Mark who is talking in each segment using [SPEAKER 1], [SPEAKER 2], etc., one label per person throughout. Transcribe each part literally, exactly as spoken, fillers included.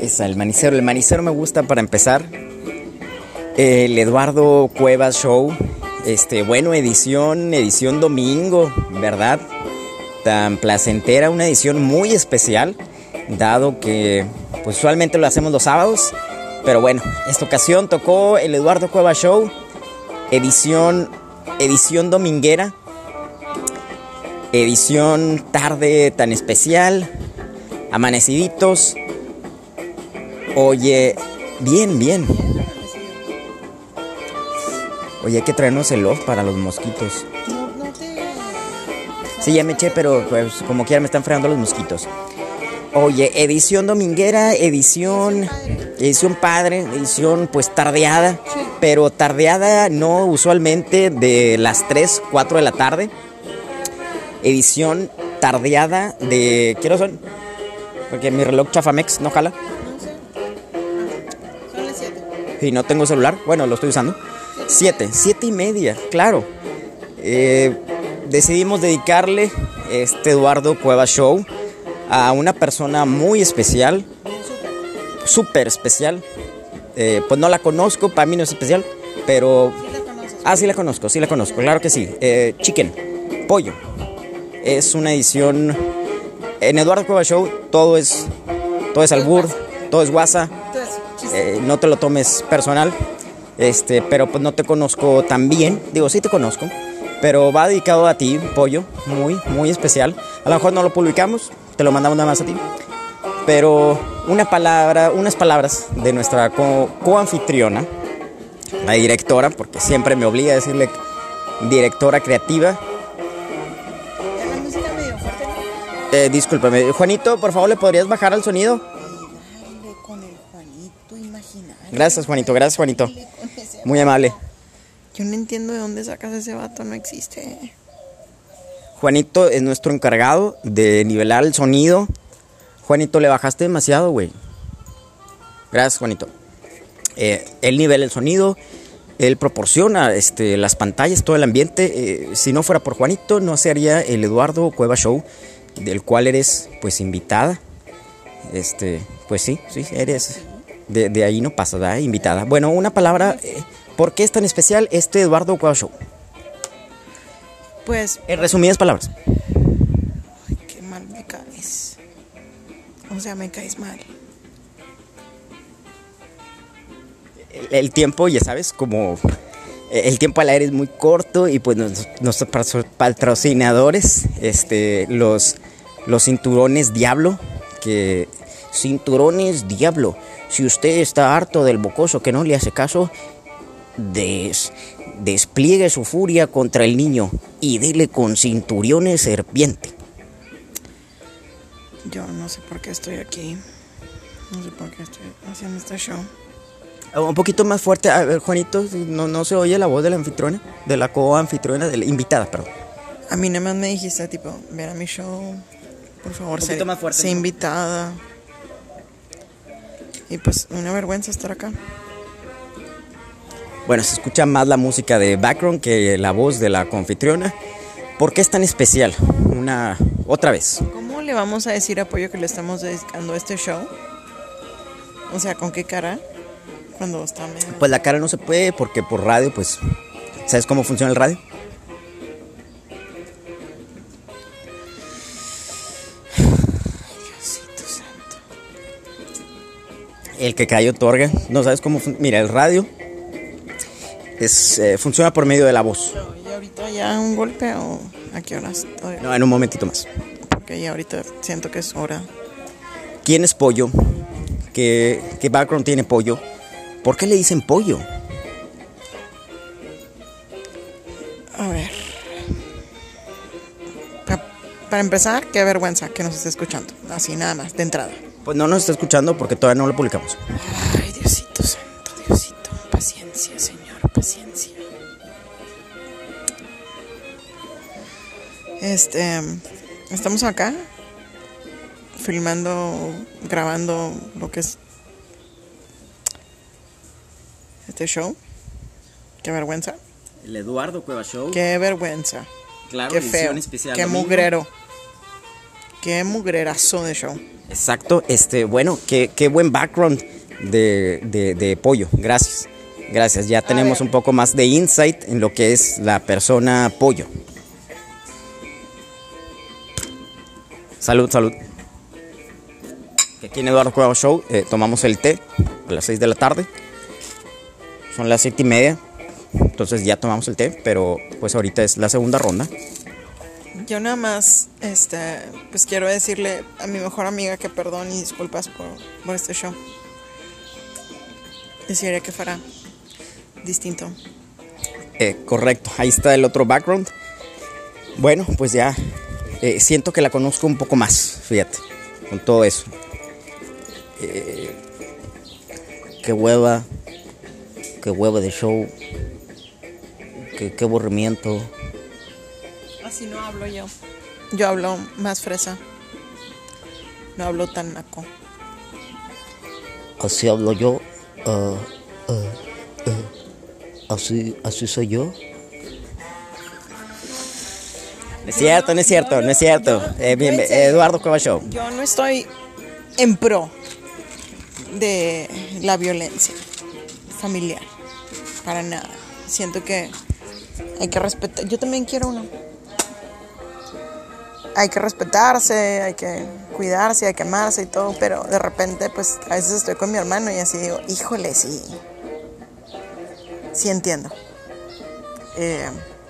[SPEAKER 1] Esa, el manicero. El manicero me gusta para empezar. El Eduardo Cuevas Show. Este, bueno, edición, edición domingo, ¿verdad? Tan placentera, una edición muy especial, dado que pues usualmente lo hacemos los sábados. Pero bueno, esta ocasión tocó el Eduardo Cuevas Show. Edición, edición dominguera. Edición tarde tan especial. Amaneciditos. Oye, bien, bien. Oye, hay que traernos el off para los mosquitos. Sí, ya me eché, pero pues como quiera me están fregando los mosquitos. Oye, edición dominguera, edición, edición padre, edición pues tardeada. Pero tardeada no usualmente de las tres, cuatro de la tarde. Edición tardeada de... ¿Qué hora son? Porque mi reloj Chafamex no jala.
[SPEAKER 2] Son las siete.
[SPEAKER 1] Y no tengo celular. Bueno, lo estoy usando. Siete, siete y media, claro. Eh, decidimos dedicarle este Eduardo Cuevas Show a una persona muy especial. Súper especial. Eh, pues no la conozco, para mí no es especial. Pero...
[SPEAKER 2] Sí la conoces.
[SPEAKER 1] Ah, sí la conozco, sí la conozco, claro que sí. Eh, chicken, pollo. Es una edición... En Eduardo Cuevas Show todo es... Todo es albur, todo es guasa.
[SPEAKER 2] Entonces, chiste.
[SPEAKER 1] Eh, no te lo tomes personal. Este, pero pues no te conozco tan bien. Digo, sí te conozco. Pero va dedicado a ti, pollo. Muy, muy especial. A lo mejor no lo publicamos. Te lo mandamos nada más a ti. Pero una palabra, unas palabras de nuestra co- coanfitriona, la directora, porque siempre me obliga a decirle directora creativa.
[SPEAKER 2] Ya la música medio fuerte, ¿no?
[SPEAKER 1] Eh, discúlpame, Juanito, por favor, ¿le podrías bajar al sonido?
[SPEAKER 2] Dale con el Juanito imaginario.
[SPEAKER 1] Gracias, Juanito, gracias, Juanito.
[SPEAKER 2] Dale con ese
[SPEAKER 1] Muy
[SPEAKER 2] vato.
[SPEAKER 1] amable.
[SPEAKER 2] Yo no entiendo de dónde sacas ese vato, no existe.
[SPEAKER 1] Juanito es nuestro encargado de nivelar el sonido. Juanito, le bajaste demasiado, güey. Gracias, Juanito. Eh, él nivela el sonido, él proporciona este, las pantallas, todo el ambiente. Eh, si no fuera por Juanito, no se haría el Eduardo Cuevas Show, del cual eres, pues, invitada. Este, pues sí, sí, eres. De, de ahí no pasa, ¿verdad? Invitada. Bueno, una palabra. Eh, ¿Por qué es tan especial este Eduardo Cuevas Show?
[SPEAKER 2] Pues,
[SPEAKER 1] En resumidas palabras.
[SPEAKER 2] ay, qué mal me caes. O sea, me caes mal.
[SPEAKER 1] El, el tiempo, ya sabes, como el tiempo al aire es muy corto y pues nos- nuestros patrocinadores, este, los, los cinturones Diablo, que cinturones Diablo, si usted está harto del mocoso que no le hace caso, des, despliegue su furia contra el niño y dele con cinturones serpiente.
[SPEAKER 2] Yo no sé por qué estoy aquí. No sé por qué estoy haciendo este show.
[SPEAKER 1] Un poquito más fuerte, a ver, Juanito, no, no se oye la voz de la anfitriona, de la co-anfitriona, de la invitada, perdón.
[SPEAKER 2] A mí nada más me dijiste, tipo, ven a mi show. Por favor,
[SPEAKER 1] Un poquito
[SPEAKER 2] sé,
[SPEAKER 1] más fuerte,
[SPEAKER 2] sé
[SPEAKER 1] ¿no?
[SPEAKER 2] invitada. Y pues, una vergüenza estar acá.
[SPEAKER 1] Bueno, se escucha más la música de background que la voz de la confitriona. ¿Por qué es tan especial? Una, otra vez.
[SPEAKER 2] ¿Cómo le vamos a decir apoyo que le estamos dedicando a este show? O sea, ¿con qué cara? Cuando está medio...
[SPEAKER 1] Pues la cara no se puede porque por radio, pues, ¿sabes cómo funciona el radio?
[SPEAKER 2] Diosito santo.
[SPEAKER 1] El que cayó otorga. No sabes cómo funciona. Mira, el radio es, eh, funciona por medio de la voz.
[SPEAKER 2] Pero, ¿y ahorita ya un golpe o a qué horas? Todavía-
[SPEAKER 1] No, en un momentito más.
[SPEAKER 2] Porque ya ahorita siento que es hora.
[SPEAKER 1] ¿Quién es Pollo? ¿Qué, qué background tiene Pollo? ¿Por qué le dicen Pollo?
[SPEAKER 2] A ver. Pa- para empezar, qué vergüenza que nos esté escuchando. Así nada más, de entrada.
[SPEAKER 1] Pues no nos está escuchando porque todavía no lo publicamos.
[SPEAKER 2] Ay, Diosito santo, Diosito. Paciencia, Señor, paciencia. Este, estamos acá filmando, grabando lo que es este show. Qué vergüenza.
[SPEAKER 1] El Eduardo Cuevas Show.
[SPEAKER 2] Qué vergüenza.
[SPEAKER 1] Claro,
[SPEAKER 2] Qué
[SPEAKER 1] edición
[SPEAKER 2] feo.
[SPEAKER 1] especial
[SPEAKER 2] Qué
[SPEAKER 1] domingo.
[SPEAKER 2] mugrero. Qué mugrerazo de show.
[SPEAKER 1] Exacto, este, bueno, qué, qué buen background de, de, de Pollo, gracias, gracias, ya tenemos un poco más de insight en lo que es la persona Pollo. Salud, salud. Aquí en Eduardo Cueva Show eh, tomamos el té a las seis de la tarde, son las siete y media, entonces ya tomamos el té, pero pues ahorita es la segunda ronda.
[SPEAKER 2] Yo nada más, este, pues quiero decirle a mi mejor amiga que perdón y disculpas por, por este show. Desearía que fuera distinto.
[SPEAKER 1] Eh, correcto, ahí está el otro background. Bueno, pues ya eh, siento que la conozco un poco más, fíjate, con todo eso. Eh, qué hueva, qué hueva de show, qué, qué aburrimiento.
[SPEAKER 2] Así no hablo yo. Yo hablo más fresa. No hablo tan naco.
[SPEAKER 1] Así hablo yo. Uh, uh, uh, así, así soy yo. No es cierto, no es cierto, no es cierto. Eh, bien, Eduardo Cueva Show.
[SPEAKER 2] Yo no estoy en pro de la violencia familiar. Para nada. Siento que hay que respetar. Yo también quiero uno. Hay que respetarse, hay que cuidarse, hay que amarse y todo, pero de repente, pues, a veces estoy con mi hermano y así digo, híjole, sí, sí entiendo. Eh,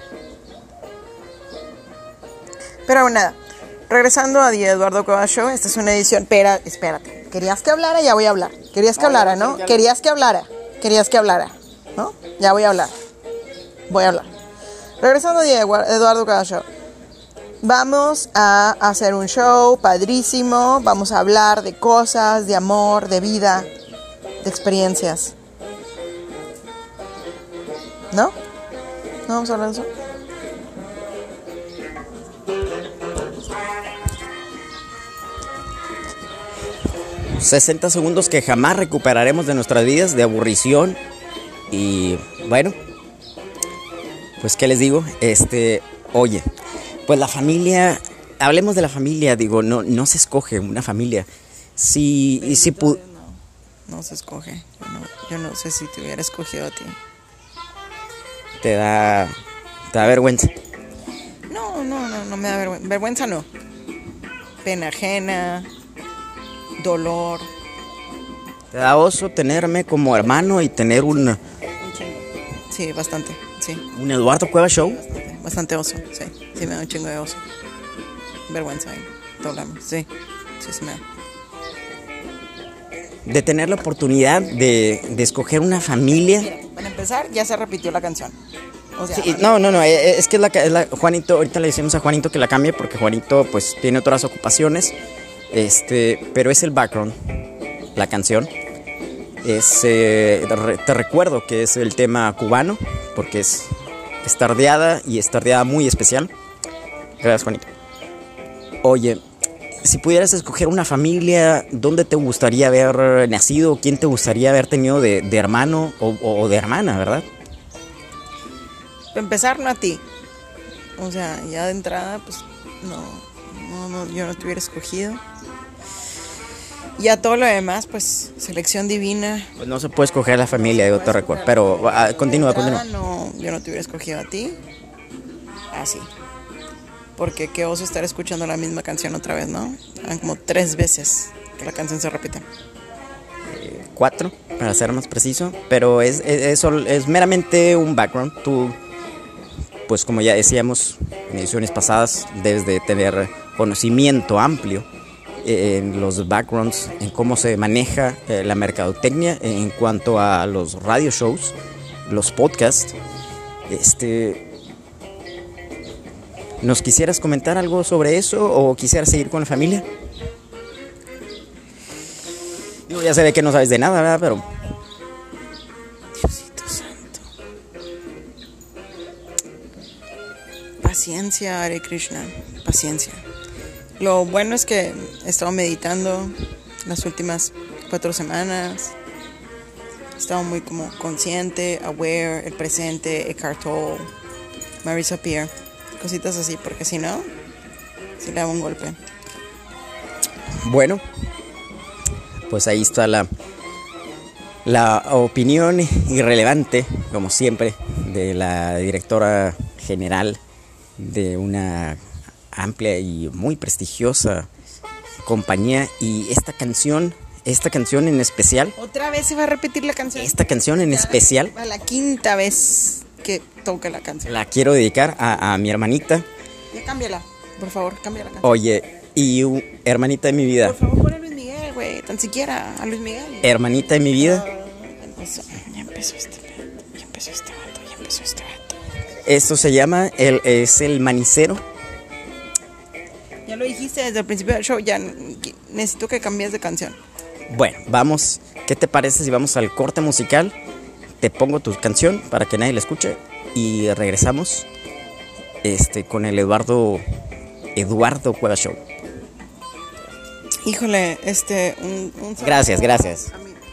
[SPEAKER 2] pero nada, regresando a The Eduardo Cueva Show, esta es una edición, espera, espérate, querías que hablara, ya voy a hablar, querías que hablara, ¿no? Querías que hablara, querías que hablara, ¿no? Ya voy a hablar, voy a hablar. Regresando a The Eduardo Cueva Show. Vamos a hacer un show padrísimo, vamos a hablar de cosas, de amor, de vida, de experiencias. ¿No? ¿No vamos a hablar de eso?
[SPEAKER 1] sesenta segundos que jamás recuperaremos de nuestras vidas, de aburrición. Y bueno, pues qué les digo, este, oye, pues la familia, hablemos de la familia, digo, no, no se escoge una familia. Si, y si pu-
[SPEAKER 2] no, no se escoge. Yo no, yo no sé si te hubiera escogido a ti.
[SPEAKER 1] Te da, te da vergüenza.
[SPEAKER 2] No, no, no, no me da vergüenza. Vergüenza no. Pena ajena, dolor.
[SPEAKER 1] Te da oso tenerme como hermano y tener un,
[SPEAKER 2] Un chingo. Sí, bastante, sí.
[SPEAKER 1] un Eduardo Cueva Show.
[SPEAKER 2] Bastante, bastante oso, sí. Sí me da un chingo de oso. Vergüenza, doblame, sí. Sí, sí me da.
[SPEAKER 1] De tener la oportunidad de, de escoger una familia.
[SPEAKER 2] Mira, para empezar, ya se repitió la canción. O sea,
[SPEAKER 1] Sí, no, no, no, eh, es que es la, es la Juanito, ahorita le decimos a Juanito que la cambie porque Juanito pues tiene otras ocupaciones, este, pero es el background, la canción, es, eh, re- te recuerdo que es el tema cubano, porque es, es tardeada y es tardeada muy especial. Gracias, Juanito. Oye, si pudieras escoger una familia, ¿dónde te gustaría haber nacido? ¿Quién te gustaría haber tenido de, de hermano o, o de hermana, verdad?
[SPEAKER 2] para empezar, no a ti. O sea, ya de entrada, pues, no, no, no, yo no te hubiera escogido. Y a todo lo demás, pues, selección divina.
[SPEAKER 1] Pues no se puede escoger la familia, yo te recuerdo. Pero ah, continúa, continúa.
[SPEAKER 2] No, yo no te hubiera escogido a ti. Así. Porque qué oso estar escuchando la misma canción otra vez, ¿no? Eran como tres veces que la canción se repite.
[SPEAKER 1] Cuatro, para ser más preciso. Pero es, es, es, sol- es meramente un background. Tú, pues como ya decíamos en ediciones pasadas, debes de tener conocimiento amplio en los backgrounds, en cómo se maneja eh, la mercadotecnia en cuanto a los radio shows, los podcasts. Este, ¿nos quisieras comentar algo sobre eso o quisieras seguir con la familia? Digo, ya se ve que no sabes de nada, ¿verdad? Pero
[SPEAKER 2] Diosito santo. Paciencia, Hare Krishna. Paciencia. Lo bueno es que he estado meditando las últimas cuatro semanas. He estado muy como consciente, aware, el presente, Eckhart Tolle, Marisa Peer, cositas así, porque si no, si le hago un golpe.
[SPEAKER 1] Bueno, pues ahí está la, la opinión irrelevante, como siempre, de la directora general de una amplia y muy prestigiosa compañía. Y esta canción, esta canción en especial,
[SPEAKER 2] Otra vez se va a repetir la canción.
[SPEAKER 1] esta canción en especial,
[SPEAKER 2] A la quinta vez que toca la canción.
[SPEAKER 1] la quiero dedicar a, a mi hermanita.
[SPEAKER 2] Ya cámbiala, por favor, cambia la canción.
[SPEAKER 1] Oye, y uh, hermanita de mi vida,
[SPEAKER 2] Por favor, pon a Luis Miguel, güey, tan siquiera a Luis Miguel.
[SPEAKER 1] hermanita de mi vida,
[SPEAKER 2] Ya empezó, ya empezó este pedo, ya empezó este vato, ya empezó este vato.
[SPEAKER 1] esto se llama, el, es el manicero.
[SPEAKER 2] Ya lo dijiste desde el principio del show, ya necesito que cambies de canción.
[SPEAKER 1] Bueno, vamos, ¿qué te parece si vamos al corte musical? Te pongo tu canción para que nadie la escuche y regresamos este, con el Eduardo, Eduardo Cueva Show.
[SPEAKER 2] Híjole, este, un, un saludo
[SPEAKER 1] Gracias, gracias.
[SPEAKER 2] a mi